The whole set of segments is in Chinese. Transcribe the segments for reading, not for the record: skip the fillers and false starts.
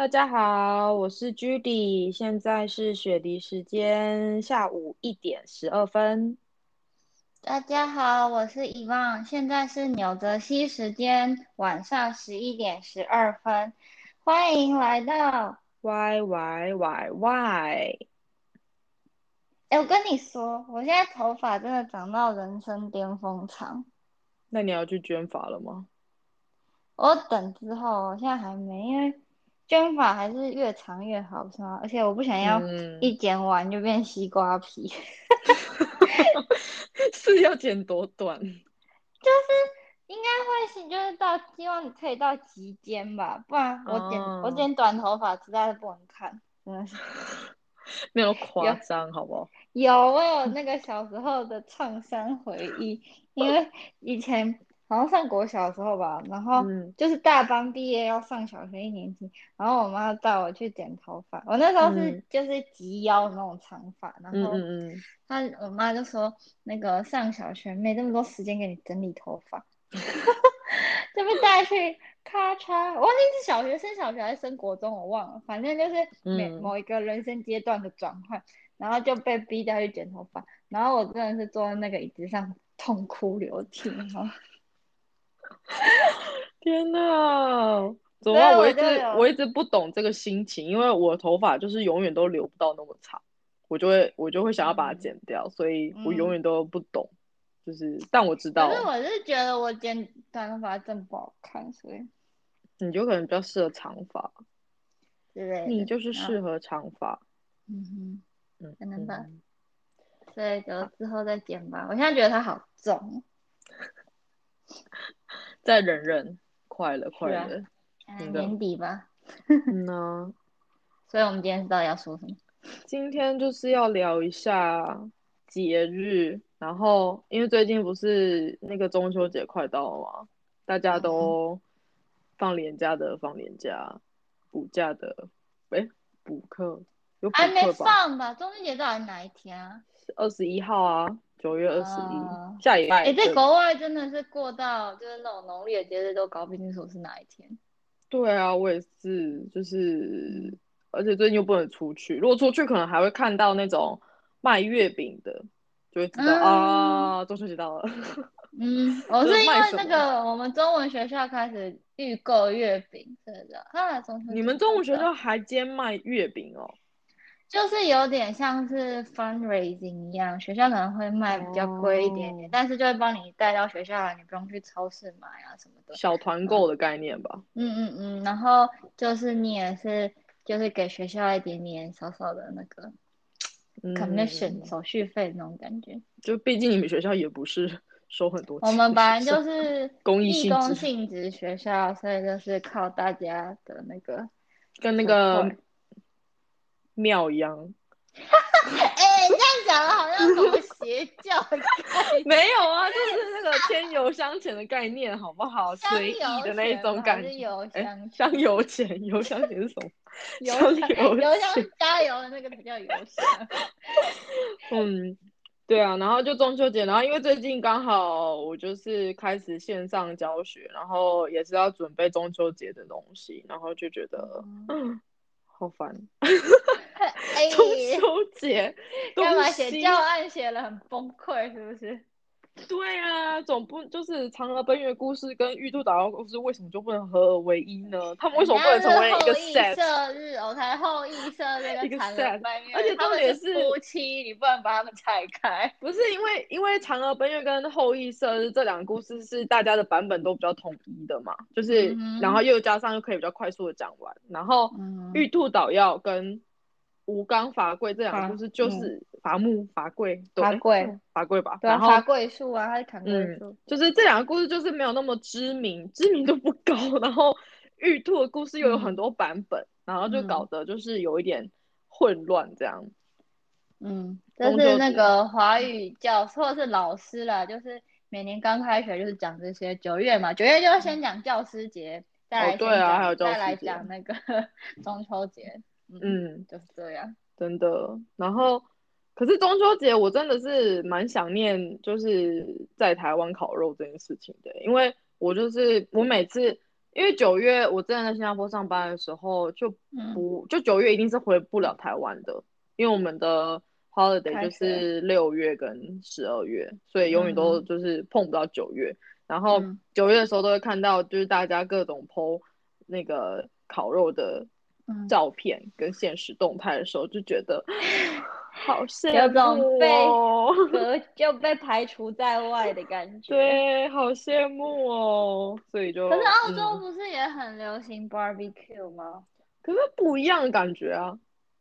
大家好，我是 Judy，现在是雪梨时间下午1点12分。 大家好，我是遗忘，现在是纽泽西时间晚上11点12分，欢迎来到。 Y。 哎，我跟你说，我现在头发真的长到人生巅峰长。 那你要去捐发了吗？ 我等之后，我现在还没，因为卷发还是越长越好，是吗？而且我不想要嗯， 一剪完就变西瓜皮。 是要剪多短？ 应该会是，就是希望你可以到及肩吧，不然我哦， 剪短头发实在是不能看，真的是。 没有有夸张，好不好？ 我有那个小时候的创伤回忆，因为以前好像上国小的时候吧，然后嗯就是大班毕业要上小学1年级，然后我妈带我去剪头发，我那时候是嗯就是及腰的那种长发，然嗯后嗯嗯， 我妈就说那个上小学没这么多时间给你整理头发，就被带去咔嚓，我忘记是小学升小学还是升国中，我忘了，反正就是嗯， 某一个人生阶段的转换，然后就被逼带去剪头发，然后我真的是坐在那个椅子上痛哭流涕，然后天呐，怎么办？ 所以我我一直我就有。 一直不懂这个心情，因为我头发就是永远都留不到那么长，我就会想要把它嗯剪掉，所以我永嗯， 远都不懂，但我知可是道我是觉得我剪短头发真不好看，所以你就可能比较适合长发， 之类的， 你就是然后适合长发， 嗯哼， 嗯可能吧， 嗯， 所以就好， 之后再剪吧。我现在觉得它好重。 再忍忍，快了是啊， 快了，真的， 年底吧。 嗯呢， 所以我们今天知道要说什么。 今天就是要聊一下节日，然后因为最近不是那个中秋节快到了嘛，大家嗯哼， 都放年假的放年假，补假的，诶，补课有还没补课吧？ 放吧？中秋节到底哪一天啊？ 21号啊，9月21， 啊、 下礼拜， 在对国外真的是过到就是那种农历的节日都搞不清楚是哪一天。 对啊，我也是， 嗯而且最近又不能出去，如果出去可能还会看到那种卖月饼的，就会知道嗯啊，中秋节到了。 嗯，我是这因为那卖什么？ 个我们中文学校开始预购月饼，是的啊，中秋节你们中午学快到。 校还兼卖月饼哦？ 就是有点像是 fundraising 一样，学校可能会卖比较贵一点点， 哦， 但是就会帮你带到学校来，你不用去超市买啊什么的。 小团嗯购的概念吧。 然后就是你也是，就是给学校一点点少少的那个 commission 嗯， 手续费那种感觉。 就毕竟你们学校也不是收很多我钱们本来就的学校， 是公益义工性质， 性质学校，所以就是靠大家的那个跟那个 support。 庙一样。 哎，你这样讲的好像什么邪教的概念？ 没有啊，就是那个添油香钱的概念，好不好？ 香随意油的那一钱还种感觉。 是油哎， 香钱？ 香油钱，油香钱是什么？ 油香香油油香钱。 是加油的那个才叫油香。 嗯，对啊，然后就中秋节，然后因为最近刚好我就是开始线上教学，然后也是要准备中秋节的东西，然后就觉得， 嗯， 好烦。中哎， 秋节东干嘛写教西案写了很崩溃是不是？ 对啊，总不就是嫦娥奔月故事跟玉兔捣药故事为什么就不能合而为一呢？他们为什么不能人家是成为一个后羿 set 射日，我才后羿射日一个跟嫦娥 set？ 奔月， 而且重他们是点是夫妻，你不能把他们拆开。 不是因为嫦娥奔月跟后羿射日这两个故事是大家的版本都比较统一的嘛，就是然后嗯又加上又可以比较快速的讲完，然后玉嗯， 兔捣药跟吴刚伐桂这两个故好， 事就是伐木伐桂，对，哎，是罚跪， 伐桂吧？ 对啊，罚然后跪树啊，还是砍桂树？ 就是这两个故事就是没有那么知名，知名度不高，然后玉兔的故事又有很嗯多版本，然后就搞嗯。 得就是有一点混乱这样。 这是那中秋节， 个华语教或者是老师啦，就是每年刚开学就是讲这些，9月嘛，9月就先讲教师节， 哦，对啊，还有教再来师节， 讲那个中秋节， 嗯， 就是这样。 真的。然后，可是中秋节我真的是蛮想念，就是在台湾烤肉这件事情的，因为我每次因为9月我之前在新加坡上班的时候， 嗯， 就9月一定是回不了台湾的，因为我们的 holiday 就开学， 是6月跟12月，所以永远都嗯就是碰不到9月。然后嗯 9月的时候都会看到，就是大家各种 po 那个烤肉的嗯， 照片跟现实动态的时候，就觉得好羡有种慕被哦。 就被排除在外的感觉。 对，好羡慕哦，所以可是就澳洲不是也很流行 barbecue 吗？ 可是不一样的感觉啊，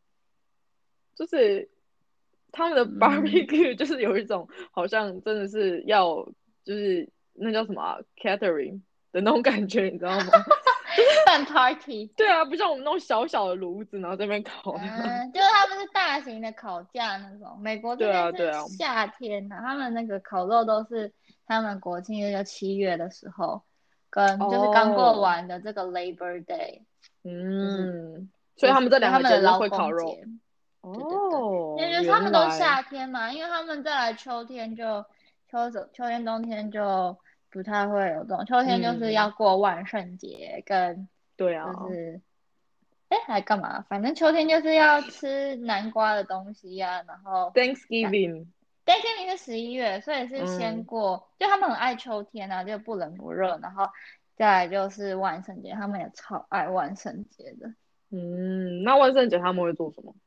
就是他们的嗯， barbecue 就是有一种好像真的是要就是那叫什么catering 的那种感觉，你知道吗？ 办 party。 对啊，不像我们那种小小的炉子，然后在那边烤那样。 嗯，就是他们是大型的烤架那种。美国这对啊， 边是对啊， 夏天的，他们那个烤肉都是他们国庆日就7月的时候，跟就是刚过哦， 完的这个 Labor Day，就是嗯，所以就是他们这两他个节日们的劳会烤肉。 工节。对对对，因为哦， 就是他们都是原来， 夏天嘛，因为他们再来秋天就秋天冬天就不太会有这种，秋天就是要嗯， 过万圣节跟对啊就是哎还干嘛？反正秋天就是要吃南瓜的东西呀、然后南 ，Thanksgiving， Thanksgiving 是11月，所以是先嗯过，就他们很爱秋天啊，就不冷不热，然后再来就是万圣节，他们也超爱万圣节的。 嗯，那万圣节他们会做什么？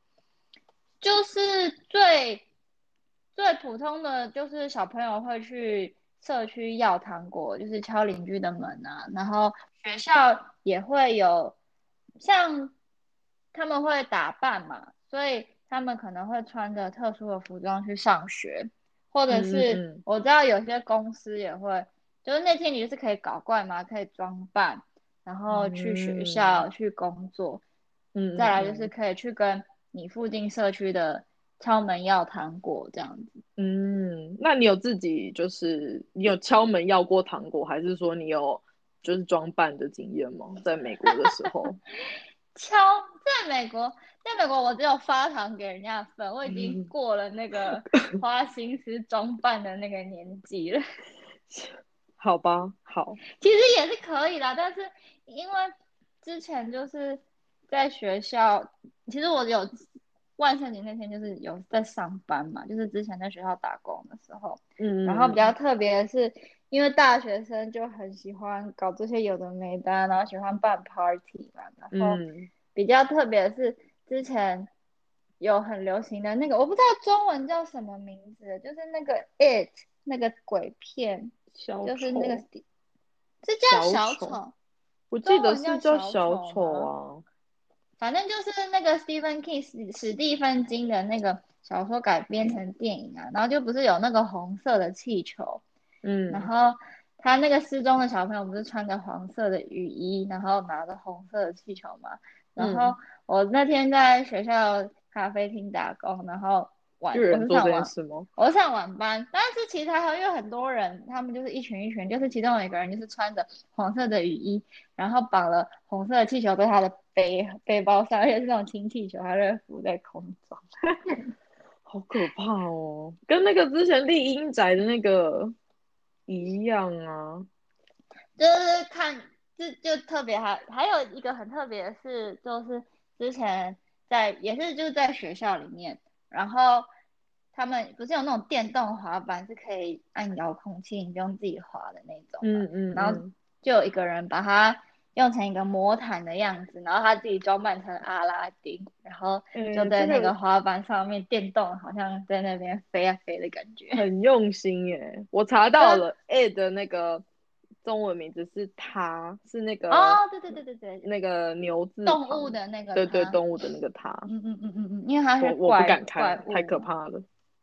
就是最普通的，就是小朋友会去社区要糖果，就是敲邻居的门啊，然后学校也会有，像他们会打扮嘛，所以他们可能会穿着特殊的服装去上学，或者是嗯嗯我知道有些公司也会，就是那天你就是可以搞怪嘛，可以装扮，然后去学嗯校去工作。再来就是嗯嗯可以去跟你附近社区的敲门要糖果这样子。 那你有自己就是你有敲门要过糖果，还是说你有就是装扮的经验吗？在美国的时候， 敲在美国我只有发糖给人家的份，我已经过了那个花心思装扮的那个年纪了。 好吧，好， 其实也是可以啦，但是因为之前就是在学校，其实我有万圣节那天就是有在上班嘛，就是之前在学校打工的时候，然后比较嗯特别的是，因为大学生就很喜欢搞这些有的没的啊，然后喜欢办 party 嘛，然后嗯， 比较特别的是之前有很流行的那个，我不知道中文叫什么名字，就是那个 It 那个鬼片。 小就是那个丑， 是叫小丑， 小丑， 我记中文得是叫叫小小丑吗？ 丑啊， 反正就是那个 Stephen King 史蒂芬金的那个小说改编成电影啊，然后就不是有那个红色的气球，然嗯后他那个失踪的小朋友不是穿着黄色的雨衣，然后拿着红色的气球嘛，然后嗯， 我那天在学校咖啡厅打工，然后就有我人做这是上晚件事吗？ 我是上晚班，但是其实还好，因为很多人，他们就是一群一群，就是其中有一个人就是穿着黄色的雨衣，然后绑了红色的气球在他的背包上，而且是那种氢气球，它会浮在空中。 好可怕哦，跟那个之前丽英宅的那个一样啊。 就是看，就特别还有一个很特别的是，就是之前也是就是在学校里面，然后他们不是有那种电动滑板是可以按遥控器，你就用自己滑的那种嘛， 嗯嗯然后嗯， 就有一个人把它用成一个魔毯的样子，然后他自己装扮成阿拉丁，然后就在那个这个滑板上面电动，好像在那边飞啊飞的感觉。 很用心耶。我查就到了，A 的那个中文名字是它，是那个哦，对对对对对， 那个牛字动旁， 物的那个对对， 它。 动物的那个它。 因为它是我不敢怪看，太物嘛， 可怕了，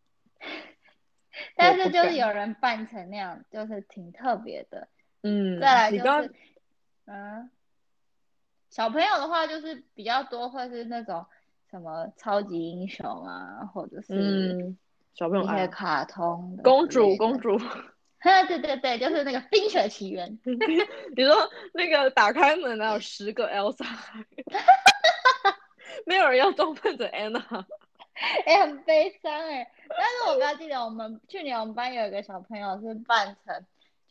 我但是就是有不敢。 人扮成那样，就是挺特别的。再嗯， 来就是， 你刚嗯，小朋友的话就是比较多会是那种什么超级英雄啊，或者是嗯，小朋友一些啊， 卡通的公之类的。 主公主， 哈，对对对，就是那个冰雪奇缘。 你说那个打开门哪有10个 Elsa，没有人要装扮成 Anna。 哎、很悲伤哎。但是我刚记得去年我们班有一个小朋友是扮成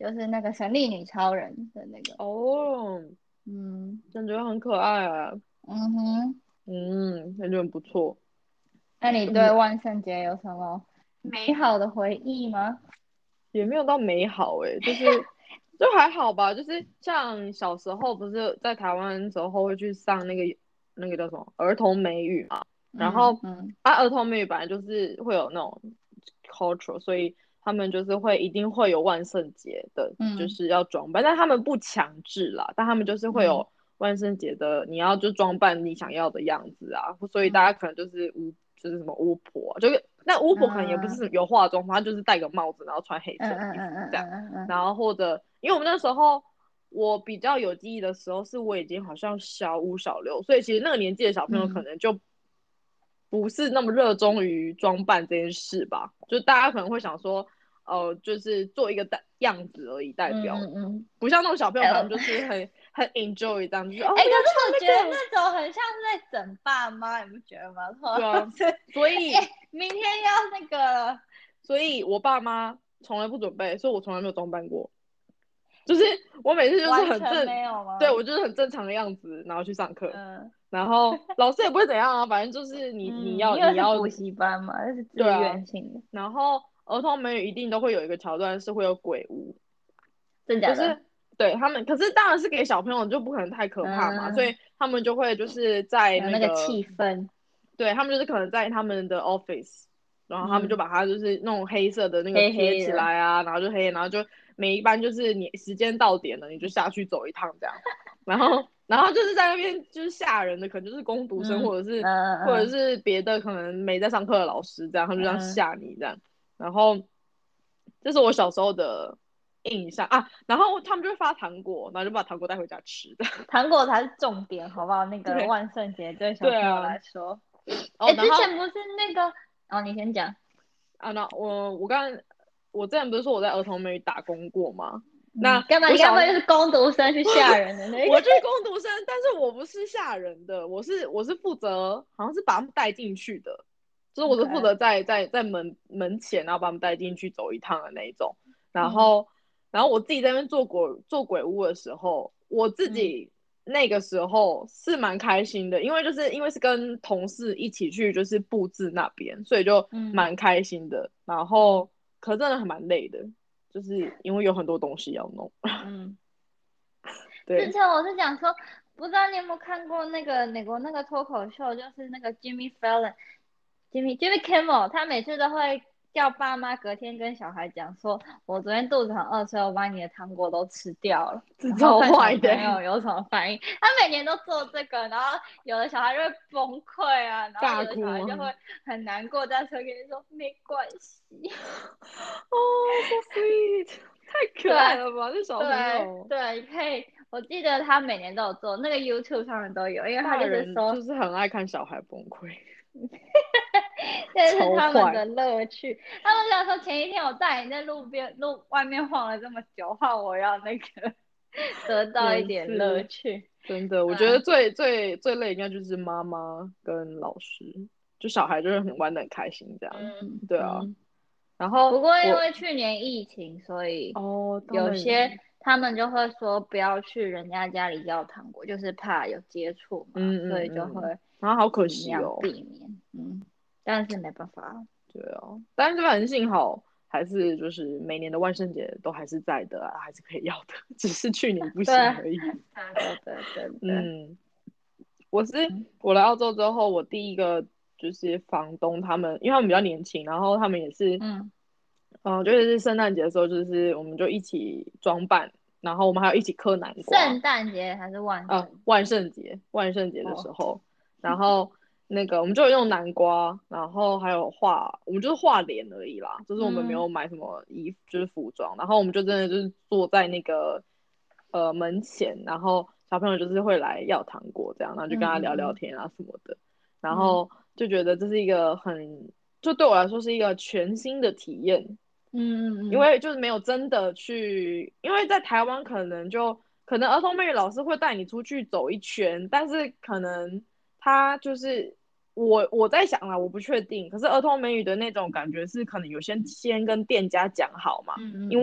就是那个神力女超人的那个。 哦， 嗯感觉很可爱啊。 嗯哼， 感觉很不错。 那你对嗯， 万圣节有什么美好的回忆吗？ 也没有到美好就还好吧。就是像小时候不是在台湾的时候会去上那个叫什么儿童美语嘛，然后嗯嗯儿童美语本来就是会有那种 culture，所以他们就是一定会有万圣节的，就嗯是要装扮，但他们不强制啦，但他们就是会嗯有万圣节的，你要就装扮你想要的样子啊，所以大家嗯可能就是什么巫婆啊，就是那巫婆可能也不嗯是有化妆，她就是戴个帽子，然后穿黑嗯色衣服嗯嗯这样， 嗯嗯然后或者因为我们那时候我比较有记忆的时候，是我已经好像小五小六，所以其实那个年纪的小朋友可嗯能就不是那么热衷于装扮这件事吧，就大家可能会想说，就是做一个样子而已，代表， 嗯， 不像那种小朋友，可能哎， 就是很 enjoy 这样，就是可是要穿我觉得那个， 那种很像是在整爸妈，你不觉得吗？ 对啊， 是， 所以明天要那个了。 我爸妈从来不准备，所以我从来没有装扮过。就是我每次就是完全很正， 没有对吗？ 我就是很正常的样子，然后去上课， 嗯然后老师也不会怎样啊，反正就是因为是你要补习班嘛，那是自对啊， 愿性的， 然后儿童美语一定都会有一个桥段是会有鬼屋， 真假的？ 就是对他们，可是当然是给小朋友就不可能太可怕嘛，所嗯， 以他们就会就是在有那个那个气氛。 对他们就是可能在他们的 office，然后他们就嗯， 把它就是那种黑色的那个黑贴起黑的。 来啊，然后就黑，然后就每一班就是你时间到点了，你就下去走一趟这样，然后就是在那边就是吓人的，可能就是工读生嗯或者嗯是别的可能没在上课的老师这样，他们就这样嗯， 吓你这样，然后这是我小时候的印象啊，然后他们就会发糖果，然后就把糖果带回家吃的， 糖果才是重点，好不好？那个对万圣节对小朋友对啊， 来说，哎， 哦， 之然后前不是那个，哦，你先讲。 啊，那我之前不是说我在儿童美语打工过吗？ 嗯， 那干嘛？ 我小你该不会就是工读生去吓人的那个？ 我就是工读生，但是我不是吓人的，我是负责好像是把他们带进去的，就是我是负 OK， 责在门前，然后把他们带进去走一趟的那一种。然嗯后我自己在那边做鬼屋的时候，我自嗯己那个时候是蛮开心的，因为是跟同事一起去就是布置那边，所以就嗯蛮开心的。然嗯后可真的还蛮累的，就是因为有很多东西要弄。 嗯。之对， 前我是讲说，不知道你有没有看过那个美国那个脱口秀，就是那个 Jimmy Fallon、Jimmy Kimmel，他每次都会叫爸妈隔天跟小孩讲说，我昨天肚子很饿，所以我把你的糖果都吃掉了， 这然后看小超坏的， 朋友有什么反应。他每年都做这个，然后有的小孩就会崩溃啊，然后大有的小哭吗？ 孩就会很难过，在车跟你说没关系。 哦，so sweet，太可对爱了吧，这小朋友。 对对，可以。我记得他每年都有做，那个 YouTube 上面都有，因为他大就是说， 人就是很爱看小孩崩溃， 这是他们超坏。 的乐趣。他们想说，前一天我带你在路外面晃了这么久，换我要那个得到一也点乐是趣。 真的，我觉得嗯最累应该就是妈妈跟老师，就小孩就是玩的很开心这样。对啊， 嗯， 然后不过因为去年疫情，所以他们有些他们就会说不要去人家家里要糖果，就是怕有接触嘛，所以就会然后好可尽量惜哦。 避免。但是没办法。 对啊，但是很幸好，还是就是每年的万圣节都还是在的啊，还是可以要的，只是去年不行对而已。 对。 嗯，我是嗯我来澳洲之后，我第一个就是房东他们，因为他们比较年轻，然后他们也是， 嗯， 就是圣诞节的时候，就是我们就一起装扮，然后我们还有一起嗑南瓜， 圣诞节还是万圣节？ 万圣节的时哦， 候，然后那个我们就有用南瓜，然后还有我们就是画脸而已啦，就是我们没嗯有买什么衣服，就是服装，然后我们就真的就是坐在那个门前，然后小朋友就是会来要糖果这样，然后就跟他聊聊嗯嗯天啊什么的，然嗯后就觉得这是一个就对我来说是一个全新的体验，因嗯为就是没有真的去，因为在台湾可能儿童美语老师会带你出去走一圈，但是可能他就是我在想啦，我不确定。可是儿童美语的那种感觉是可能有先跟店家讲好嘛， 嗯嗯因为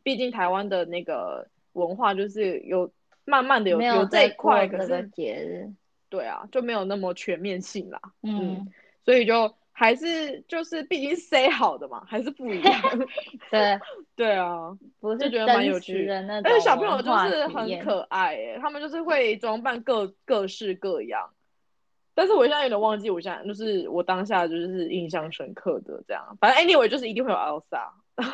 毕竟台湾的那个文化就是慢慢的有这没有在一块， 过这个可是节日。 对啊，就没有那么全面性啦。 嗯， 所以就还是就是毕竟 say 好的嘛，还是不一样。 对， 对啊， 不是就觉得蛮真实有趣。 的那而且种小朋友就文化是很体验。 可爱他们就是会装扮各式各样。但是我现在有点忘记，我现在就是我当下就是印象深刻的这样。反正 anyway 就是一定会有 Elsa。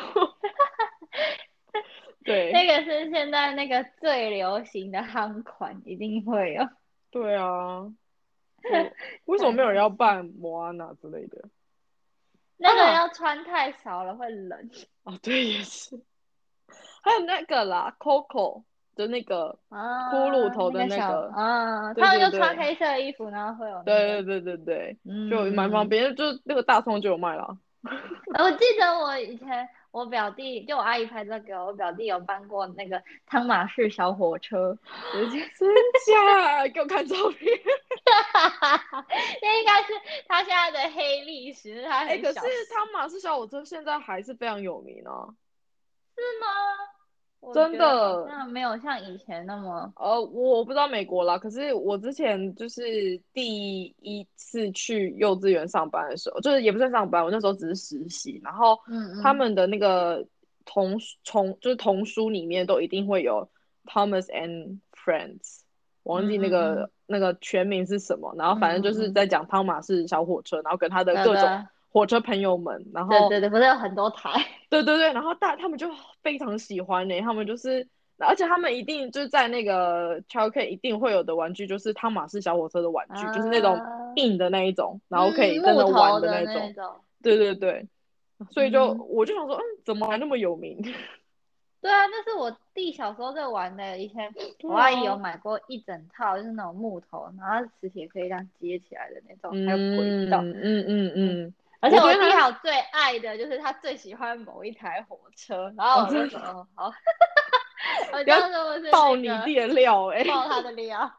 对那个是现在那个最流行的夯款，一定会有。 对啊，就为什么太没有人要好笑， 扮莫安娜之类的那个啊？ 要穿太少了会冷哦，对，也是。还有那个啦，Coco 的那个骷髅啊。 头的那个小那个， 啊， 对他们对对就穿黑色衣服，然后会有那个对对对对对，就蛮方嗯。 便，就那个大葱就有卖了。 我记得我以前我表弟就我阿姨拍照给我，我表弟有搬过那个汤马士小火车，就是真假？给我看照片。 那应该是他现在的黑历史，是他很可是小时。 汤马士小火车现在还是非常有名啊， 是吗？我真觉得好的。 像没有像以前那么。 我不知道美国啦，可是我之前就是第一次去幼稚园上班的时候，就是也不算上班，我那时候只是实习，然后嗯嗯他们的那个就是童书里面都一定会有 Thomas and Friends，我忘嗯记那嗯嗯个那个全名是什么，然后嗯反正就嗯嗯， 是在讲汤马士小火车，然后跟他的各种对对火车朋友们，然后对对对，不是有很多台。 对对对，然后他们就非常喜欢他们就是，而且他们一定就是在那个 childcare 一定会有的玩具，就是汤马士小火车的玩具，就是那种啊， 硬的那一种，然后可以真木的玩头的的那种。 那种。 对对对，所以嗯， 我就想说，怎么还那么有名？ 对啊，那是我弟小时候在玩的。以前我阿姨有对啊， 买过一整套，就是那种木头，然后磁铁可以这样接起来的那种，还有轨道。 嗯嗯嗯嗯， 嗯， 而且我我觉得他弟还有最爱的就是他最喜欢某一台火车，然后我就说真的哦好。我不要这样说不是爆那个你弟的料爆他的料。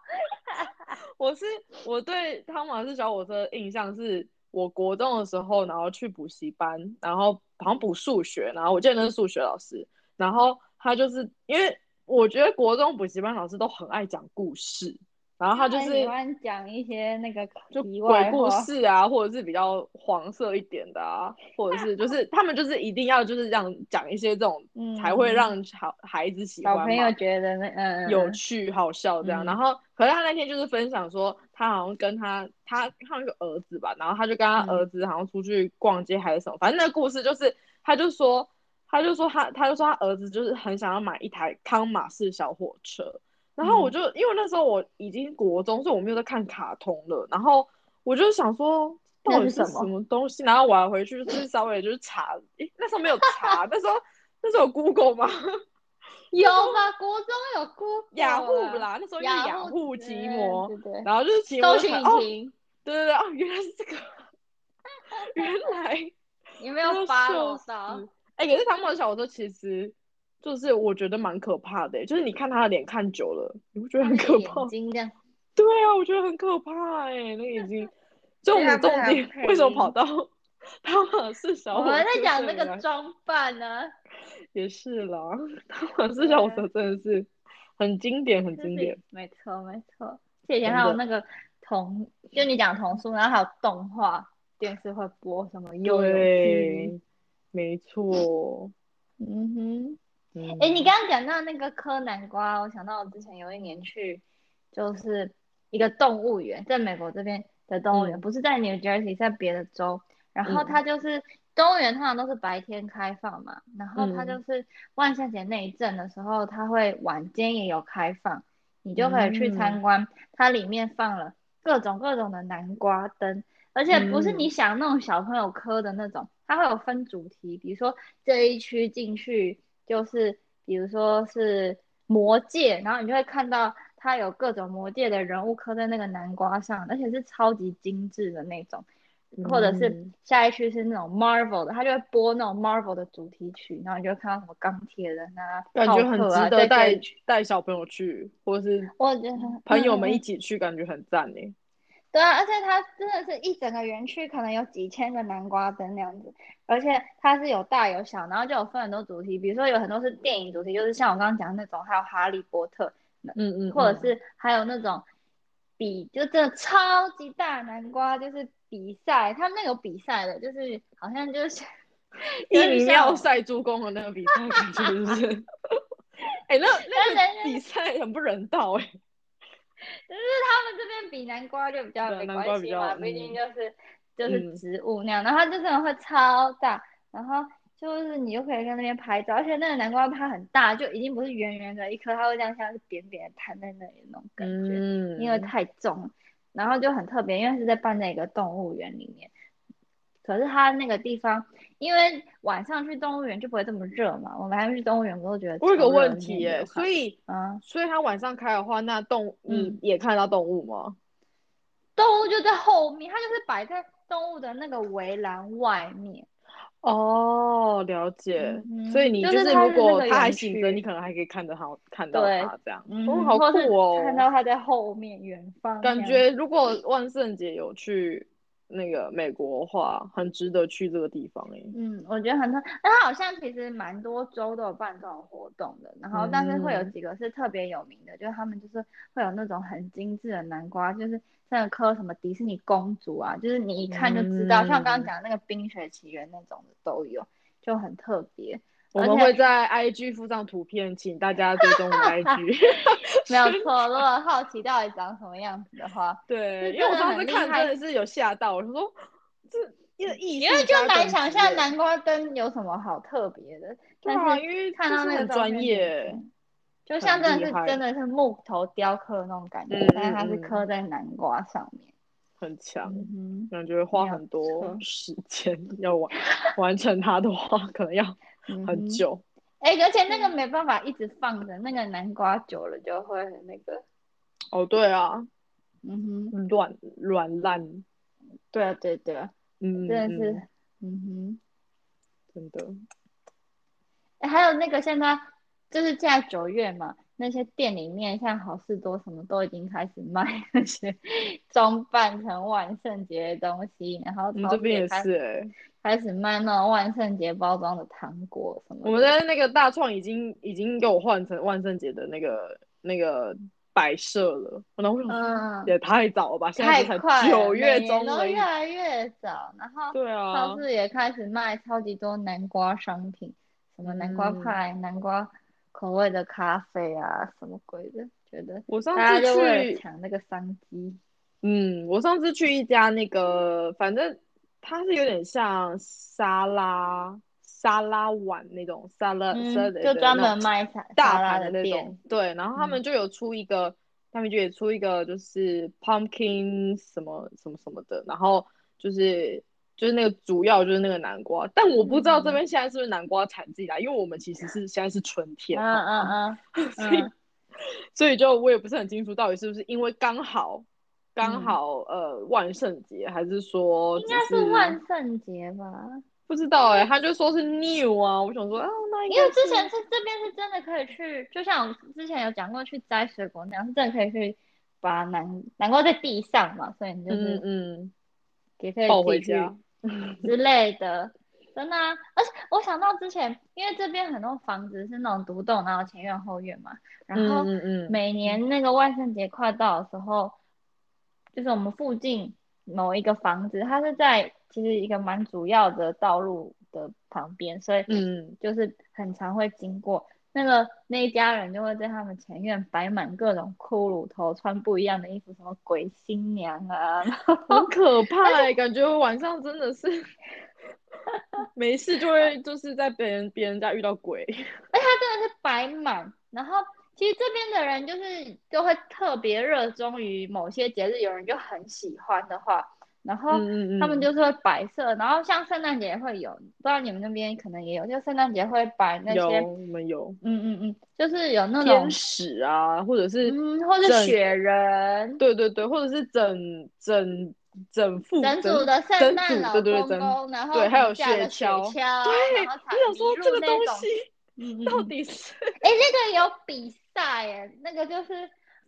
我对汤马士小火车的印象是我国中的时候，然后去补习班，然后好像补数学，然后我记得那是数学老师，然后他就是因为我觉得国中补习班老师都很爱讲故事，然后他他很喜就是欢讲一些那个就题鬼故外话。 事啊，或者是比较黄色一点的啊，或者是就是他们就是一定要就是这样讲一些这种才会嗯， 让孩子喜小朋友欢嘛。 觉得那有趣好笑这样。然嗯后，可是他那天就是分享说，他好像跟他好像有个儿子吧，然后他就跟他儿嗯子好像出去逛街还是什么，反正那个故事就是，他就说他儿子就是很想要买一台康马士小火车。然后我嗯， 就因为那时候我已经国中，所以我没有在看卡通了。然后我就想说，到那底是什么？ 是什么东西？然后我还回去就是稍微就是查，那时候没有查，那时候有 Google 吗？ 有那时候吧？国中有雅 Google 虎啦， 啦，那时候用雅虎， 雅虎奇摩， 对对， 然后就是奇摩搜寻就看， 引擎。 对对对，原来是这个，原来你没有我要笑 follow 到。 死。可是汤姆小说其实就是我觉得蛮可怕的就是你看他的脸看久了，你会觉得很他那个可怕。 眼睛这样。 对啊，我觉得很可怕那个眼睛。就我而且他们重点不是还有为什么跑配音？ 到汤马士小我们在火车讲那个这里来？ 装扮呢。 也是啦，汤马士小火对， 车真的是很经典，很就是经典， 没错没错。这几天真的。 还有那个就你讲童书，然后还有动画，电视会播什么悠游记。 对，没错， 嗯哼。哎，你嗯刚刚讲到那个柯南瓜，我想到我之前有一年去，就是一个动物园，在美国这边的动物园， 嗯不是在 New Jersey，在别的州。然后嗯它就是动物园通常都是白天开放嘛，然后它就嗯是万圣节那一阵的时候，它会晚间也有开放，你就可以去参嗯观。它里面放了各种各种的南瓜灯，而且不是你嗯想那种小朋友磕的那种，它会有分主题，比如说这一区进去就是比如说是魔界，然后你就会看到它有各种魔界的人物刻在那个南瓜上，而且是超级精致的那种。或者是嗯， 下一区是那种 Marvel 的，它就会播那种 Marvel 的主题曲，然后你就会看到什么钢铁人啊、 感觉很浩克啊值得带这些。 带小朋友去，或是我觉得， 朋友们一起去，感觉很赞对啊，而且它真的是一整个园区可能有几千个南瓜灯那样子，而且它是有大有小，然后就有分很多主题，比如说有很多是电影主题，就是像我刚刚讲的那种，还有哈利波特，或者是还有那种就真的超级大南瓜，就是比赛，他们那有比赛的，就是好像就是一鸣妙像， 赛助攻的那个比赛感觉是不是？哎、那个比赛很不人道哎、 就是他们这边比南瓜就比较对， 没南瓜比较关系嘛，毕竟就是嗯植物那样，然后它就真的会超大，然后就是你就可以在那边拍照，而且那个南瓜它很大，就已经不是圆圆的一颗，它会这样像是扁扁的摊在那里的那种感觉，因为嗯， 太重了，然后就很特别，因为是在办在一个动物园里面。可是它那个地方，因为晚上去动物园就不会这么热嘛。我们还没去动物园，我都觉得我有个超热，那问题耶、 边流汗。 所以嗯所以他晚上开的话，那你嗯， 也看得到动物吗？ 动物就在后面，它就是摆在动物的那个围栏外面。 哦，了解。所以就是你就是如它是那个果他还园醒着，你区， 可能还可以看到对， 他这样。哦，好或是酷哦！ 看到它在后面远方那感样子。 觉如果万圣节有去那个美国的话，很值得去这个地方诶。 我觉得很特，但它好像其实蛮多州都有办这种活动的，然后但是会有嗯几个是特别有名的，就是他们就是会有那种很精致的南瓜，就是那个刻什么迪士尼公主啊，就是你一看就知道，像刚刚嗯， 讲的那个冰雪奇缘那种的都有，就很特别， 我而且们会在 IG 附上图片，请大家追踪我们的 IG。 没有错，如果好奇到底长什么样子的话， 对， 是真的因为我上次很厉害。 看真的是有吓到，我说这一个艺因为就术家难想等级耶。 象南瓜灯有什么好特别的， 对啊， 但是因为看到那个就是很专照片，觉得业， 就像很真的是真厉害。 的是木头雕刻那种感嗯觉，但是它是刻嗯嗯， 在南瓜上面。 很强，感觉花没有很多错。 时间要完成它的话，可能要嗯哼， 很久。 而且那个没办法一直放着，那个南瓜久了就会很那个。 哦，对啊， 嗯哼， 软烂， 对啊对对啊，真的是。 嗯嗯， 嗯真的。 还有那个现在就是现在9月嘛，那些店里面像好事多什么都已经开始卖那些装扮成万圣节的东西，然后超市我们这边也也开始是哎、 开始卖那种万圣节包装的糖果什么我们的。 在那个大创已经给我换成万圣节的那个摆设了，然后我想说嗯， 也太早了吧，现在不太是才快了， 九月每年中而已。 都越来越早，然后对啊， 超市也开始卖超级多南瓜商品，什么南瓜嗯， 派、南瓜口味的咖啡啊，什么鬼的，觉得我上次大家就为了去抢那个商机。 我上次去一家那个，反正它是有点像沙拉碗那种就专那种门卖沙拉大盘的的店。 那种，对，然后他嗯们就有出一个，他们就也出一个就是 pumpkin 什么什么什么的，然后就是那个主要就是那个南瓜，但我不知道这嗯边现在是不是南瓜产季啦，因为我们其实现在是春天，好吗？ 嗯所以嗯所以就我也不是很清楚，到底是不是因为刚嗯， 好万圣节，还是说应该只是是万圣节吧？ 不知道哎、他就说是 new 啊，我想说啊，那应因为该是之前是这边是真的可以去，就像我之前有讲过去摘水果那样，是真的可以去把南瓜在地上嘛，所以你就嗯是嗯也可以抱自己回家， 去之类的，真的啊。而且我想到之前，因为这边很多房子是那种独栋，然后前院后院嘛，然后嗯嗯每年那个万圣节快到的时候，就是我们附近某一个房子，它是在其实一个蛮主要的道路的旁边，所以嗯就是很常会经过。那一家人就会在他们前院摆满各种骷髅头，穿不一样的衣服，什么鬼新娘啊，然后很可怕哎、感觉晚上真的是没事就会就是在别人家遇到鬼， 真的是摆满。然后其实这边的人就是就会特别热衷于某些节日，有人就很喜欢的话，然后他们就是会摆设，然后像圣诞节会有，不知道你们那边可能也有，就圣诞节会摆那有些， 我们有就是有那天种使啊，或者是或是整雪人。 对对对，或者是整组的圣整组，对诞老对对， 公公，然后对， 什么还有架着雪雪橇，对， 橇，然后我想迷说这个东路那种。 西到嗯， 底是哎，那个有比赛哎，那个就是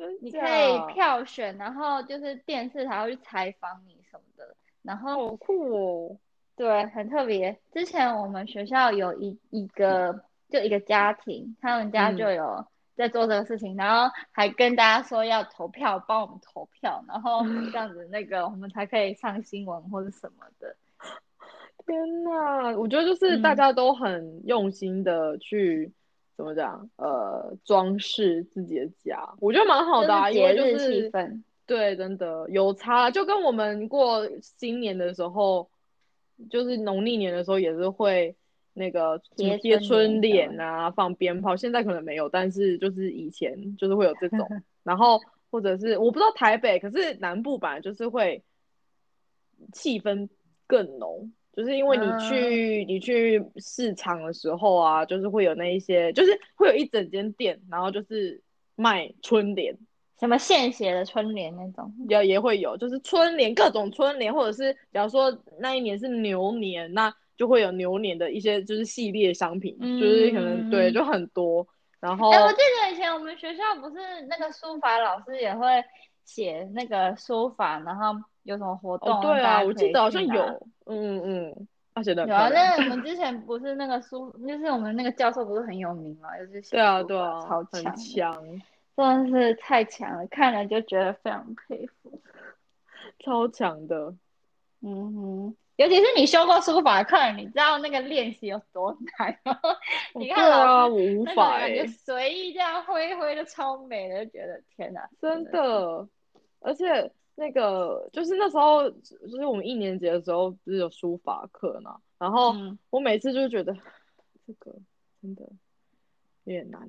你可以假？ 票选，然后就是电视台会去采访你什么的，然后好酷哦。 对，很特别。之前我们学校有一个家庭，他们家就嗯， 有在做这个事情，然后还跟大家说要投票，帮我们投票，然后这样子我们才可以上新闻或者什么的。 天呐，我觉得就是大嗯， 家都很用心的去怎么讲，装饰自己的家，我觉得蛮好就是的啊，因为节日气就是氛， 对，真的有差，就跟我们过新年的时候，就是农历年的时候也是会那个什么贴春贴春联什么的。 联啊，放鞭炮，现在可能没有，但是就是以前就是会有这种，然后或者是我不知道台北，可是南部本来就是会气氛更浓，就是因为你嗯， 去市场的时候啊，就是会有那一些，就是会有一整间店，然后就是卖春联， 什么现写的春联那种。 也会有，就是春联各种春联，或者是假如说那一年是牛年，那就会有牛年的一些就是系列商品，就是可能对嗯， 就很多，然哎，我后记得以前我们学校不是那个书法老师也会写那个书法，然后有什么活哦动，让对啊， 大家可以我记得好去拿。 像有，他写的很有啊， 漂亮， 那我们之前不是那个书，就是我们那个教授不是很有名嘛，就是对啊写书对啊， 法超很强的， 强， 真的是太强了，看了就觉得非常佩服。 超强的。 嗯哼，尤其是你修过书法课，你知道那个练习有多难吗？ 哦， 你看对啊， 老师我无那个法感觉哎， 随意这样挥一挥的超美的，就觉得天哪，真真的是。 的，而且那个就是那时候，就是我们一年级的时候，不是有书法课嘛，然后嗯， 我每次就觉得这个真的有点难，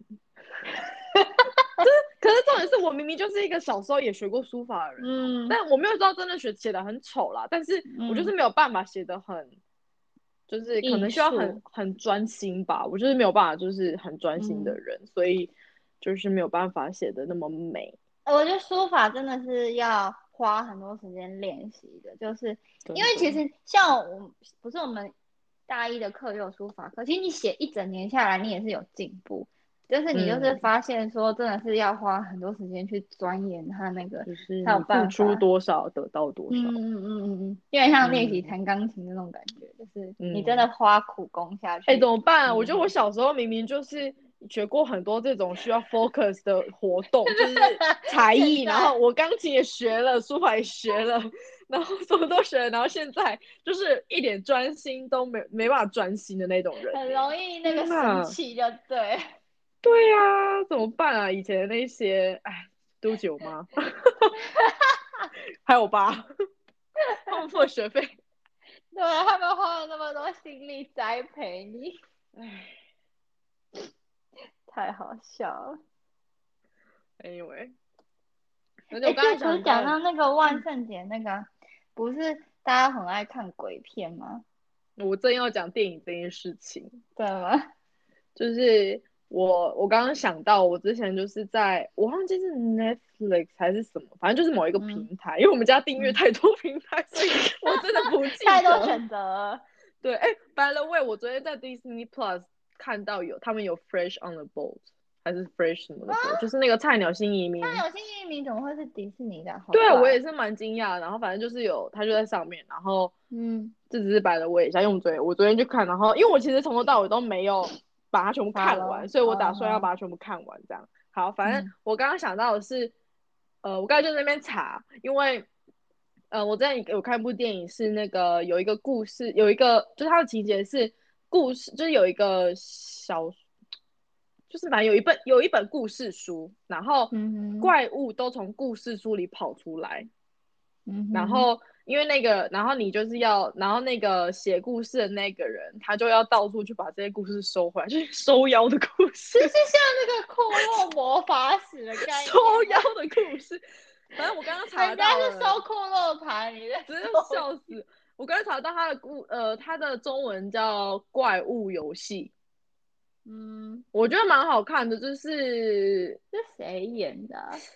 可是重点是我明明就是一个小时候也学过书法的人哦， 嗯但我没有知道真的写的很丑啦，但是我就是嗯， 没有办法写的很，就是可艺能需要很术， 很专心吧，我就是没有办法就是很专心的嗯， 人，所以就是没有办法写的那么美， 我觉得书法真的是要花很多时间练习的，就是因真的。 为其实像不是我们大一的课就有书法课，其实你写一整年下来，你也是有进步，就是你就是嗯， 发现说，真的是要花很多时间去钻研它那个， 就是才有你付出办法。 多少得到多少。 有点像练习嗯弹钢琴的那种感觉，就是你真的嗯， 花苦功下哎，怎去， 么办啊？我觉得我你就会。 小时候明明就是学过很多这种需要 focus 的活动，就是才艺，然后现在我钢琴也学了，书法也学了，然后什么都学了，然后现在就是一点专心都没办法专心的那种人呢。 很容易那个天呐， 生气，就对。 对呀、怎么办啊？以前的那些，哎，对不起我妈，还有我爸，他们付的学费， 对啊，他们花了那么多心力栽培你， 哎太好笑了。 ，anyway。而且哎， 我刚才可是想到， 讲到那个万圣节那个啊不是大家很爱看鬼片吗？ 我正要讲电影这件事情， 对吗？ 就是我刚刚想到，我之前就是我忘记是 Netflix 还是什么，反正就是某一个嗯平台，因为我们家订阅嗯， 太多平台，所以我真的不记得。 太多选择了。 对，哎，by the way，我昨天在 Disney Plus 看到他们有 Fresh on the Boat，还是 Fresh 什么的 boat，就是那个菜鸟新移民。 那有新移民怎么会是迪士尼的？好对啊， 怪哦。 我也是蛮惊讶的。然后反正就是他就在上面，然后嗯这只是摆了我一下，因为我昨天去看，然后因为我其实从头到尾都没有把它全部看完， ，Follow， 所以我打算要嗯哼， 把它全部看完。这样好，反正嗯我刚刚想到的是，我刚才就在那边查，因为我之前有看一部电影，是那个有一个故事，有一个就是它的情节是故事，就是有一个就是反正有一本故事书，然后嗯哼怪物都从故事书里跑出来， 嗯哼， 然后因为那个，然后你就是要，然后那个写故事的那个人，他就要到处去把这些故事收回来，就是收妖的故事， 就是像那个库洛魔法使的概收念吗？ 妖的故事。反正我刚刚查人家到了， 是收库洛牌，你在真的收笑死！我刚刚查到他的中文叫《怪物游戏》， 嗯， 我觉得蛮好看的，就是是谁演的啊？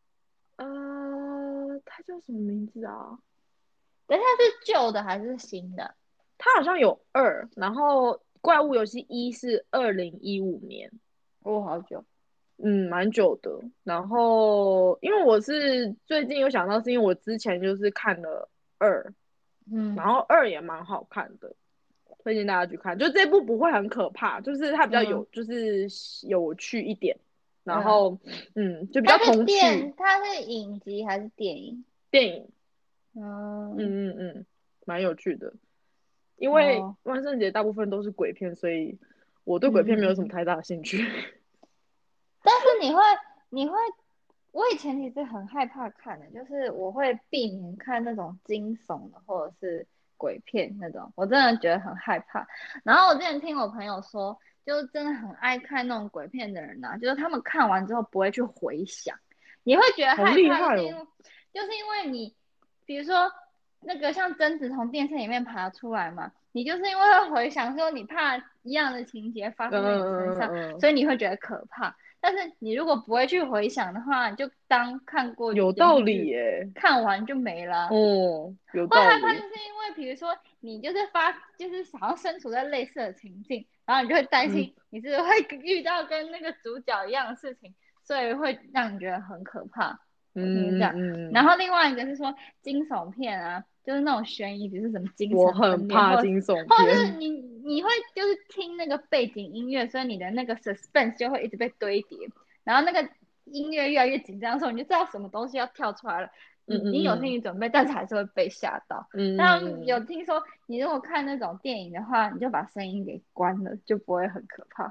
他叫什么名字啊？ 等一下是旧的还是新的？ 他好像有然后《怪物游戏一》是2015年， 哦，好久。 蛮久的。然后因为我是最近有想到，是因为我之前就是看了二，然后二也蛮好看的，推荐大家去看。就这部不会很可怕，就是它比较就是有趣一点，然后就比较童趣。 它是影集还是电影？ 电影， 嗯蛮有趣的。因为万圣节大部分都是鬼片，所以我对鬼片没有什么太大的兴趣。 但是你会，我以前其实很害怕看的，就是我会避免看那种惊悚的或者是鬼片那种，我真的觉得很害怕。然后我之前听我朋友说，就真的很爱看那种鬼片的人啊，就是他们看完之后不会去回想，你会觉得好害怕， 厉害哦！ 就是因为你，比如说那个像贞子从电视里面爬出来嘛，你就是因为会回想说你怕一样的情节发生在你身上，所以你会觉得可怕。但是你如果不会去回想的话，你就当看过有道理耶。 看完就没了。 哦，有会害怕道理。 就是因为，比如说你就是好像身处在类似的情境，然后你就会担心你是会遇到跟那个主角一样的事情，所以会让你觉得很可怕。我听是这样。然后另外一个是说惊悚片啊，就是那种悬疑，比如什么精我神分裂， 很怕惊悚或者是片。 你会就是听那个背景音乐，所以你的那个 suspense 就会一直被堆叠，然后那个音乐越来越紧张的时候，你就知道什么东西要跳出来了。你已经有心理准备，但是还是会被吓到。然后有听说，你如果看那种电影的话，你就把声音给关了，就不会很可怕。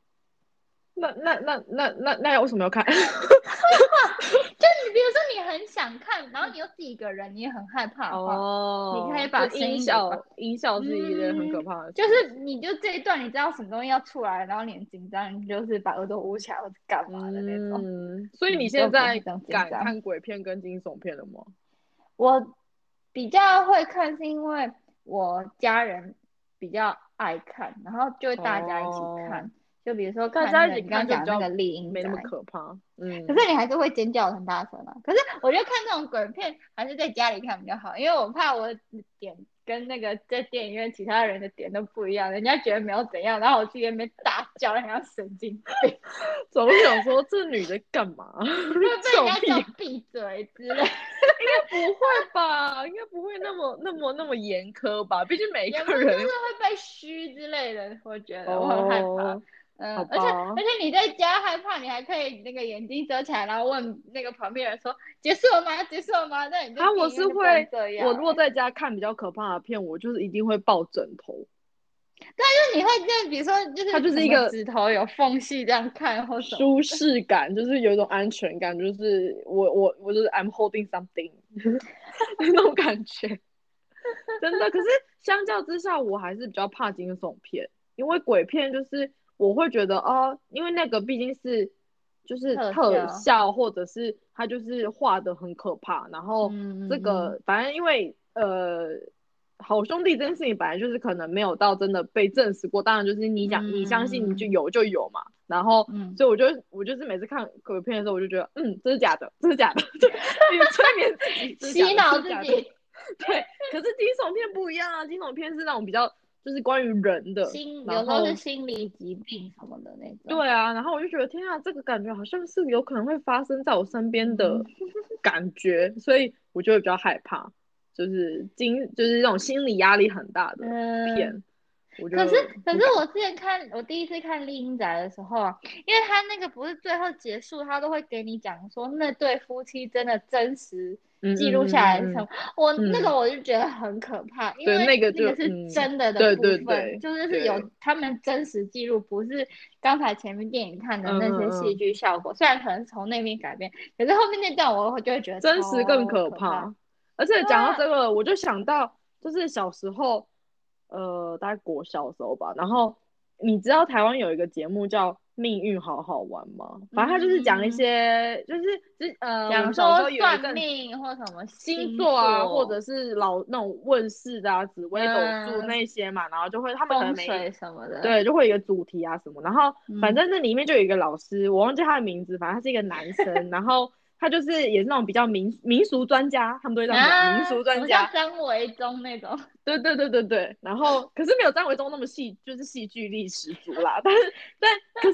那为什么要看？ 会怕，就你比如说你很想看，然后你又自己一个人，你也很害怕的话，你可以把声音给关。 音效是一件很可怕的事。 就是你就这一段你知道什么东西要出来，然后你很紧张，你就是把耳朵捂起来或者干嘛的那种。 所以你现在敢张。 看鬼片跟惊悚片了吗？ 我比较会看，是因为我家人比较爱看，然后就会大家一起看。就比如说看那个你刚刚讲的那个丽英没那么可怕。 可是你还是会尖叫很大声啊。可是我觉得看这种鬼片还是在家里看比较好，因为我怕我的点跟那个在电影院其他人的点都不一样，人家觉得没有怎样，然后我自己在那边大叫，很像神经病。 总想说这女的干嘛？ 会被人家叫闭嘴之类。 应该不会吧？应该不会那么严苛吧？毕竟每一个人就是会被虚之类的，我觉得我很害怕。而且你在家害怕，你还可以那个眼睛遮起来，然后问那个旁边人说结束了吗？结束了吗？那你就我是会我如果在家看比较可怕的片，我就是一定会抱枕头。 对，就是你会就比如说就是它就是一个指头有缝隙这样看，或舒适感，就是有一种安全感，就是我就是 I'm holding something 那种感觉。真的。可是相较之下，我还是比较怕惊悚片，因为鬼片就是我会觉得因为那个毕竟是就是特效，或者是它就是画的很可怕，然后这个反正因为好兄弟这件事情本来就是可能没有到真的被证实过，当然就是你相信你就有嘛，然后所以我就是每次看鬼片的时候，我就觉得这是假的，这是假的，就催眠自己， 洗脑自己。 对，可是惊悚片不一样啊，惊悚片是那种比较就是关于人的， 有时候是心理疾病什么的那种。 对啊，然后我就觉得天啊，这个感觉好像是有可能会发生在我身边的感觉，所以我就会比较害怕，就是那种心理压力很大的片。 可是我之前我第一次看《丽英宅》的时候啊，因为他那个不是最后结束，他都会给你讲说那对夫妻真的真实记录下来的什么，那个我就觉得很可怕，因为那个是真的的部分，就是有他们真实记录，不是刚才前面电影看的那些戏剧效果，虽然可能从那边改编，可是后面那段我就会觉得真实更可怕。而且讲到这个，我就想到就是小时候。大概国小的时候吧，然后你知道台湾有一个节目叫《命运好好玩》吗？反正他就是讲一些，就是讲说算命或什么星座啊，或者是那种问世的紫微斗数那些嘛，然后就会他们可能风水什么的， 对，就会有一个主题啊什么，然后反正这里面就有一个老师，我忘记他的名字，反正他是一个男生，然后。他就是也是那种比较民俗专家，他们都会这样讲，民俗专家， 像张维忠那种。 对，然后可是没有张维忠那么就是戏剧力十足啦，可是就是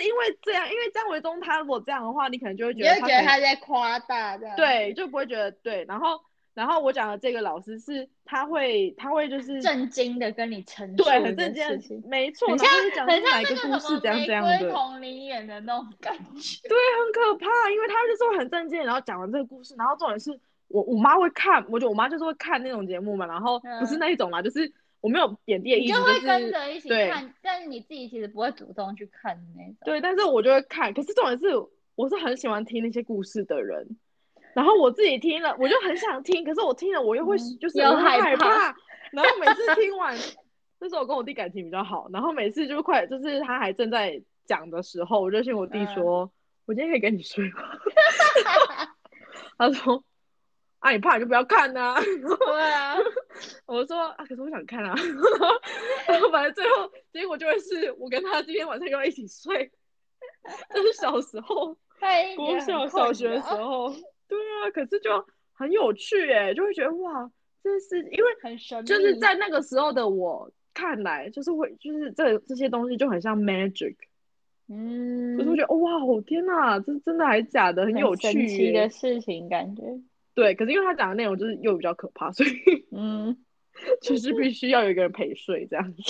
因为这样，因为张维忠他如果这样的话，你可能就会你就会觉得他觉得他在夸大这样。 对，就不会觉得对。然后我讲的这个老师是他会就是震惊的跟你陈对述一个很震惊的， 事情， 没错， 很像然后就讲是哪个故那个什么事怎样玫怎样的， 瑰同林演的那种感觉。 对，很可怕，因为他就是会很震惊，然后讲完这个故事，然后重点是我妈会看，我觉得我妈就是会看那种节目嘛，然后不是那一种啦，就是我没有贬低的你就意思， 会跟着一起对看，但是你自己其实不会主动去看的那种。 对，但是我就会看，可是重点是我是很喜欢听那些故事的人，然后我自己听了，我就很想听，可是我听了我又会就是我又害害怕，然后每次听完，那时候我跟我弟感情比较好，然后每次就就是他还正在讲的时候，我就听我弟说，我今天可以跟你睡吗？他说啊，你怕你就不要看呐、啊。 对啊， 我说啊，可是我想看啊。然后反正最后结果就会是我跟他今天晚上又要一起睡。这是小时候，国小小学的时候，对啊，可是就很有趣哎，就会觉得哇，这是因为很神秘， 就是在那个时候的我看来，就是会就是这些东西就很像 magic，就是会觉得哇，天哪，这真的还是假的，很有趣神奇的事情感觉。 对，可是因为他讲的内容就是又比较可怕，所以就是必须要有一个人陪睡这样子。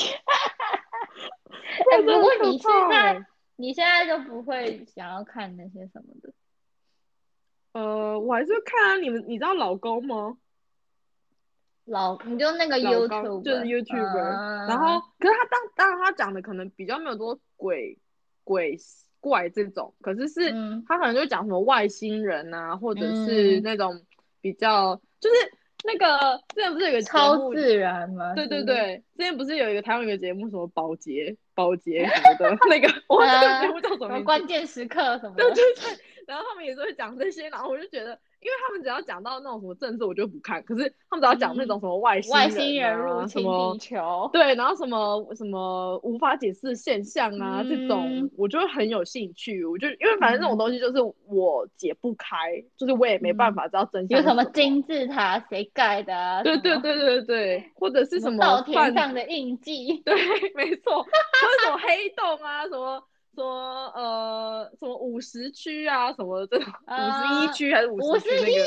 不过你现在都不会想要看那些什么的。 我还是会看啊。你知道老高吗？ 你就那个 YouTube 就是 YouTuber，然后可是他当然他讲的可能比较没有多鬼怪这种，可是他可能就讲什么外星人啊，或者是那种比较就是那个之前不是有个节目超自然吗？ 对对对，之前不是有一个台湾有个节目什么保洁什么的那个，我忘记那个节目叫什么名字， 关键时刻什么的。 对对对，然后他们也是会讲这些，然后我就觉得，因为他们只要讲到那种什么政治，我就不看。可是他们只要讲那种什么外星人入侵地球， 对，然后什么无法解释现象啊，这种我就会很有兴趣。我就因为反正这种东西就是我解不开，就是我也没办法知道真相。 有什么金字塔谁盖的啊？ 对对对对对，或者是什么稻田上的印记？ 对，没错，或者什么黑洞啊，什么50区啊，什么这种51区还是50区那个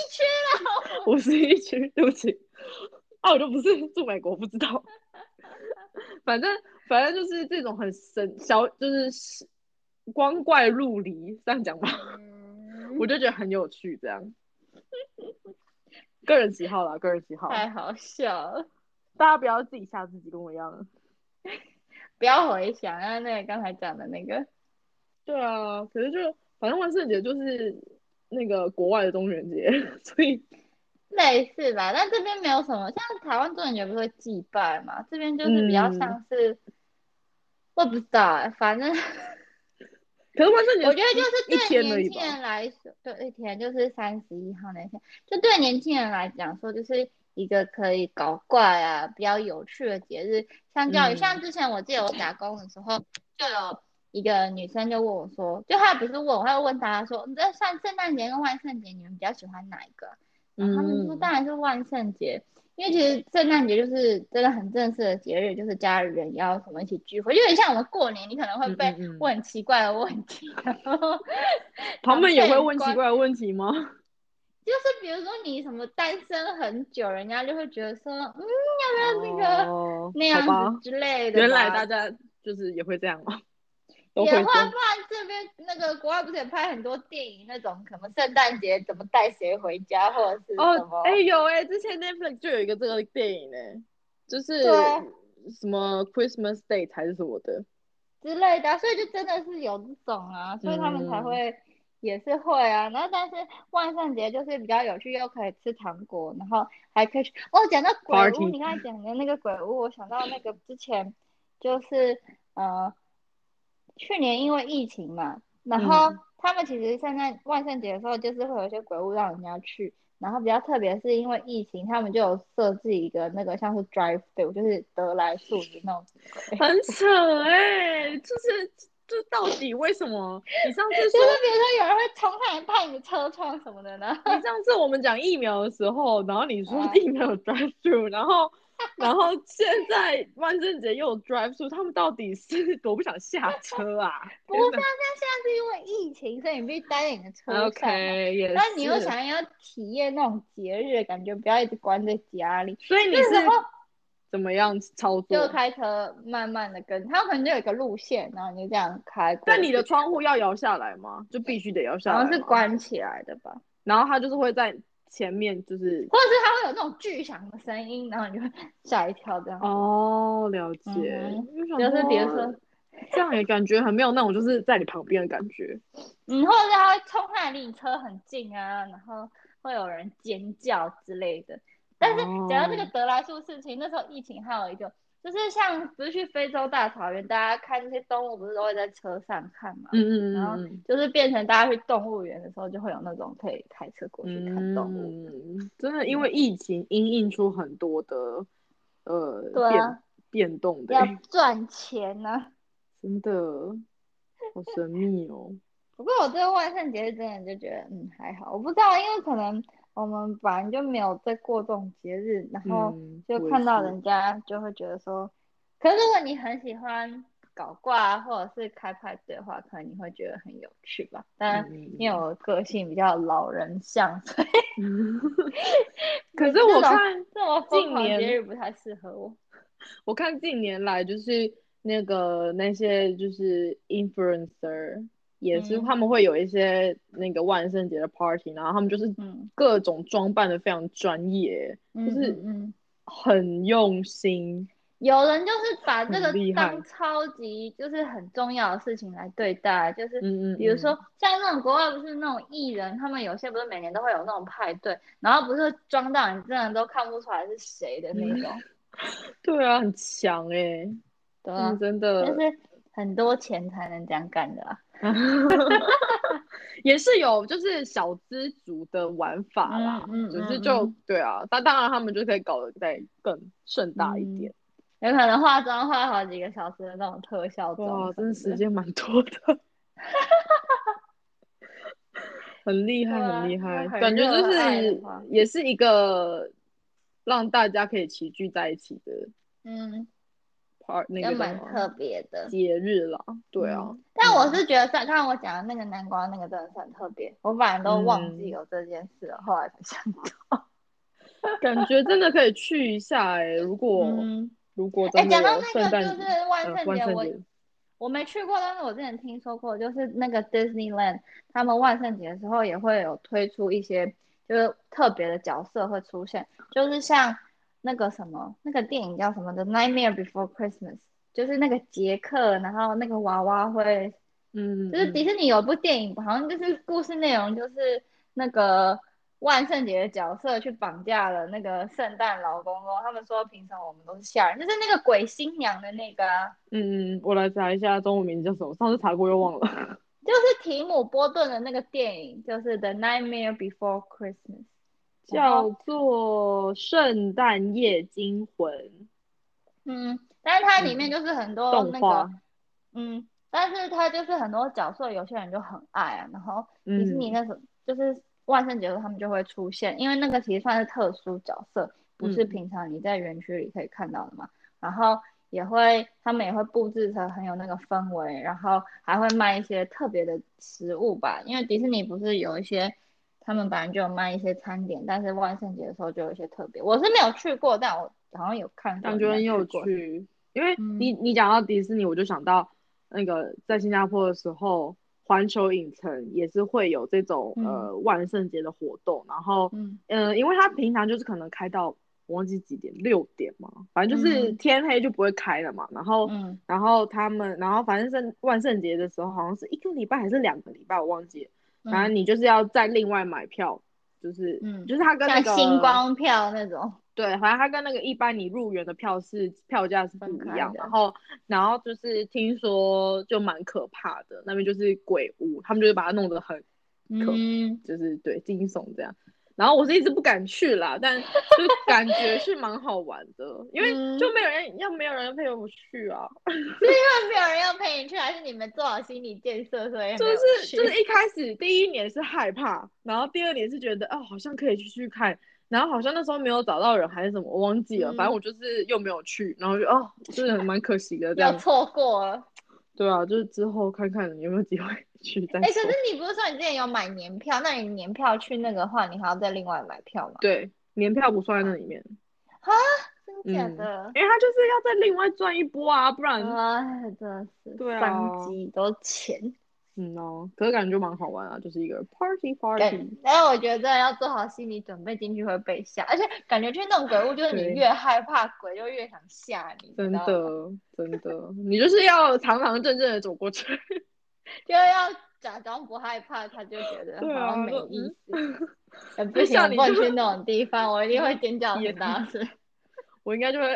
51区，对不起，我就不是住美国，不知道。反正就是这种很就是光怪陆离，这样讲吧，我就觉得很有趣，这样。个人喜好啦，个人喜好。 太好笑了， 大家不要自己吓自己，跟我一样。 不要回想那个刚才讲的那个。 对啊，可是就反正万圣节就是那个国外的中元节，所以类似吧，但这边没有什么，像台湾中元节不是会祭拜嘛，这边就是比较像是，我不知道反正。 可是万圣节我觉得就是对年轻人来说，对一天就是31号那天，就对年轻人来讲说，就是一个可以搞怪啊、比较有趣的节日。相较于像之前我记得我打工的时候，就有一个女生就问我说，就她不是问我，她就问大家说，你在圣诞节跟万圣节，你们比较喜欢哪一个？然后他们说当然是万圣节。因为其实圣诞节就是真的很正式的节日，就是家人要什么一起聚会，就有点像我们过年，你可能会被问奇怪的问题。 他们也会问奇怪的问题吗？ 就是比如说你什么单身很久，人家就会觉得说，要不要那样子之类的。 原来大家就是也会这样吗？ 也会，不然这边那个国外不是也拍很多电影，那种什么圣诞节怎么带谁回家，或者是什么？ 有之前 Netflix 就有一个这个电影呢，就是什么 Christmas Day 还是什么的之类的，所以就真的是有这种啊，所以他们才会也是会啊。然后但是万圣节就是比较有趣，又可以吃糖果，然后还可以去讲到鬼屋，你刚才讲的那个鬼屋，我想到那个之前就是去年因为疫情嘛，然后他们其实现在万圣节的时候，就是会有一些鬼屋让人家去，然后比较特别是因为疫情，他们就有设置一个那个像是 drive through，就是得来速的那种， 很扯就是到底为什么？你上次说， 就是比如说有人会冲上来拍你的车窗什么的呢？ 你上次我们讲疫苗的时候，然后你说疫苗有 drive through，然后现在万圣节又有 drive through，他们到底是多不想下车啊？ 不是啊，像现疫情，所以你必须待在你的车上嘛。 OK，也但你又是。 想要体验那种节日的感觉，不要一直关在家里。 所以你是那时候怎么样操作？ 就开车慢慢的跟，它可能就有一个路线，然后你就这样开但你的过去， 窗户要摇下来吗？就必须得摇好像是下来吗？ 关起来的吧。 然后它就是会在前面，就是或者是它会有那种巨响的声音，然后你就会吓一跳这样子。 哦，了解。 嗯哼， 就想就是比如说， 说， 这样也感觉很没有那种就是在你旁边的感觉。 或者是它会冲下来离你车很近啊，然后会有人尖叫之类的。但是讲到这个哦， 德莱树事情，那时候疫情还有一个，就是像不是去非洲大草原，大家看那些动物不是都会在车上看嘛，然后嗯就是变成大家去动物园的时候，就会有那种可以开车过去看动物。 真的因嗯， 为疫情因应出很多的对变啊， 变动的要赚钱啊。 真的好神秘哦。 不过我对万圣节真的就觉得，还好。我不知道，因为可能我们本来就没有在过这种节日，然后就我也看到是。 人家就会觉得说，可是如果你很喜欢搞怪或者是开派对的话，可能你会觉得很有趣吧。但因为嗯。 我的个性比较老人向，所以可是这种我看这么疯狂的节近年， 日不太适合我。 我看近年来就是那些就是 influencer 也是嗯他们会有一些那个万圣节的 party，然后他们就是嗯各种装扮的非常专业，就嗯嗯是嗯。 很用心， 有人就是把这很个厉害。 当超级就是很重要的事情来对待，就是比如说嗯嗯嗯， 像那种国外不是那种艺人，他们有些不是每年都会有那种派对，然后不是装到你真的都看不出来是谁的那种， 对啊，很强哎，他们对啊， 真的。 但是很多钱才能这样干的啊。 也是有就是小资族的玩法啦， 嗯嗯只是就嗯对啊，但当然他们就可以搞得再更盛大一嗯， 点。 有可能化妆化好几个小时的那种特效妆哇，真的什么的， 时间蛮多的，很厉害，很对啊， 厉害， 要很感觉就热爱的是话， 也是一个让大家可以齐聚在一起的嗯， 那也个叫什么蛮特别的。 节日啦。对啊。 但我是觉得像刚刚我讲的那个南瓜那个真的是很特别，我反正都忘记嗯， 有这件事了，后来才想到。 感觉真的可以去一下哎、 嗯， 如果哎， 真的讲到有圣诞那个就是万圣节，我万圣节。 我没去过，但是我之前听说过，就是那个 Disneyland，他们万圣节的时候也会有推出一些就是特别的角色会出现，就是像那个什么那个电影叫什么的《Nightmare Before Christmas》，就是那个杰克，然后那个娃娃会就是迪嗯嗯士尼有部电影，好像就是故事内容就是那个万圣节的角色去绑架了那个圣诞老公公，他们说平常我们都是吓人，就是那个鬼新娘的那个啊， 我来查一下中文名字叫什么，上次查过又忘了。 就是提姆波顿的那个电影，就是《The Nightmare Before Christmas》，然后叫做《圣诞夜惊魂》。 但是它里面嗯， 就是很多那个动画。 但是它就是很多角色，有些人就很爱啊。然后迪士尼嗯那时候就是万圣节的时候他们就会出现，因为那个其实算是特殊角色，不是嗯平常你在园区里可以看到的嘛。然后他们也会布置成很有那个氛围，然后还会卖一些特别的食物吧。因为迪士尼不是有一些他们本来就有卖一些餐点，但是万圣节的时候就有一些特别。我是没有去过，但我好像有看过感人觉很有家去过。 趣。因为嗯你讲到迪士尼，我就想到那个在新加坡的时候，环球影城也是会有这种嗯万圣节的活动。然后嗯因为它平常就是可能开到我忘记几点，6点嘛，反正就是嗯天黑就不会开了嘛。然后嗯反正万圣节的时候好像是1个礼拜还是2个礼拜，我忘记了。反嗯正你就是要再另外买票，就是嗯， 就是它跟那像星个光票那种对，反正它跟那个一般你入园的票价是分不一样。然开的。 后就是听说就蛮可怕的，那边就是鬼屋，他们就是把它弄得很可， 嗯就是对惊悚这样。然后我是一直不敢去啦，但就感觉是蛮好玩的，因为就嗯， 没有人陪我去啊。 是因为没有人要陪你去，还是你们做好心理建设，所以就没有去？ 是一开始第1年是害怕，然后第2年是觉得哦好像可以去看，然后好像那时候没有找到人还是什么，我忘记了，反正嗯， 我就是又没有去，然后就哦，就是蛮可惜的这样。 又错过了。 对啊，就是之后看看有没有机会去再哎，可是说。 你不是说你之前有买年票？那你年票去那个的话，你还要再另外买票吗？ 对，年票不算在那里面。 啊，真假嗯， 的？ 因为他就是要再另外赚一波啊，不然， 哎，真的是对商啊， 机都钱。 嗯哦，可是感觉就蛮好玩啊，就是一个 party 感， party。 但是我觉得要做好心理准备进去会被吓，而且感觉去那种鬼屋，就是你对， 越害怕鬼，就越想吓你，你知真道吗？ 的真的，你就是要堂堂正正的走过去。 就要假装不害怕，他就觉得对啊， 好像没就意思。不就行，我像你就不能去那种地方，我一定会你就尖叫也， 很大声。 我应该就会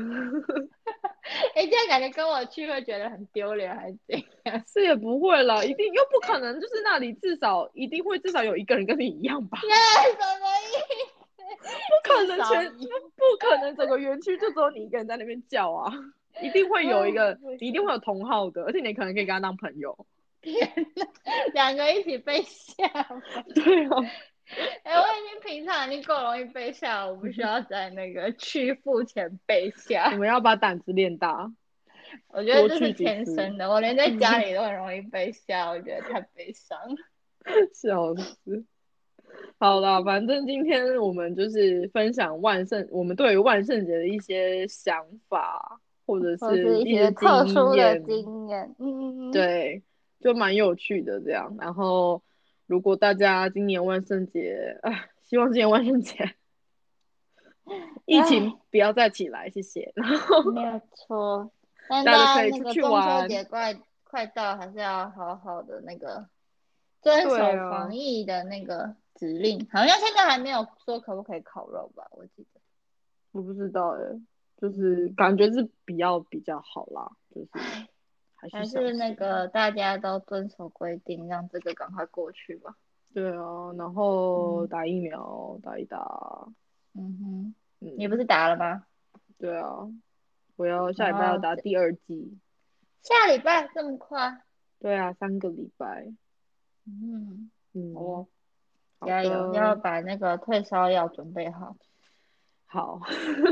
哎，这样感觉跟我去会觉得很丢脸，还是怎样？ 是也不会啦，一定又不可能，就是那里至少一定会至少有一个人跟你一样吧。 什么意不思？至可能少一。 不可能整个园区就只有你一个人在那边叫啊，一定会有一个， 不行， 你一定会有同号的，而且你可能可以跟他当朋友。 天哪，两个一起被吓吗？ 对啊， 哎、我已经平常已经够容易被吓，我不需要在那个去付前被吓。 我们要把胆子练大， 我觉得这是多去几次。 天生的，我连在家里都很容易被吓，我觉得太悲伤了。 笑死。好啦，反正今天我们就是分享我们对于万圣节的一些想法，或者或是一些是一些特殊的经验， 经验， 对，就蛮有趣的这样。然后，如果大家今年万圣节，希望今年万圣节疫情唉， 不要再起来，谢谢。然后没有错。但大家都大家那可以出去个中秋玩。 节快到，还是要好好的那个遵守对啊， 防疫的那个指令。好像现在还没有说可不可以烤肉吧？我记得。 我不知道哎，就是嗯， 感觉是比较好啦，就是唉， 还是还是那小心。 个大家都遵守规定，让这个赶快过去吧。 对啊，然后嗯打疫苗打一打。 嗯哼，你不嗯， 是打了吗？ 对啊，我要下礼拜要然后打第二剂。 下礼拜这么快？ 对啊，3个礼拜。 嗯， 嗯， 哦， 好加油，要的， 把那个退烧药准备好。 好。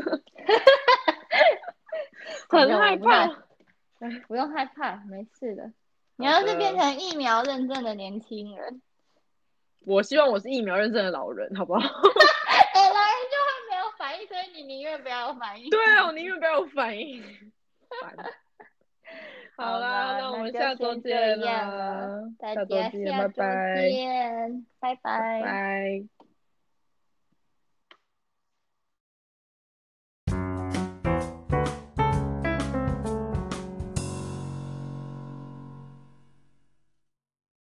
很反正害怕。 不用害怕，没事的。你好要是变的， 成疫苗认证的年轻人， 我希望我是疫苗认证的老人，好不好？ 哎，老人就会没有反应，所以你宁愿不要有反应。 对啊，我宁愿不要有反应。烦。好啦， 好吧， 那我那们下周就先这见样了， 啦， 大下周家见，拜下周拜， 见，拜拜拜。 拜。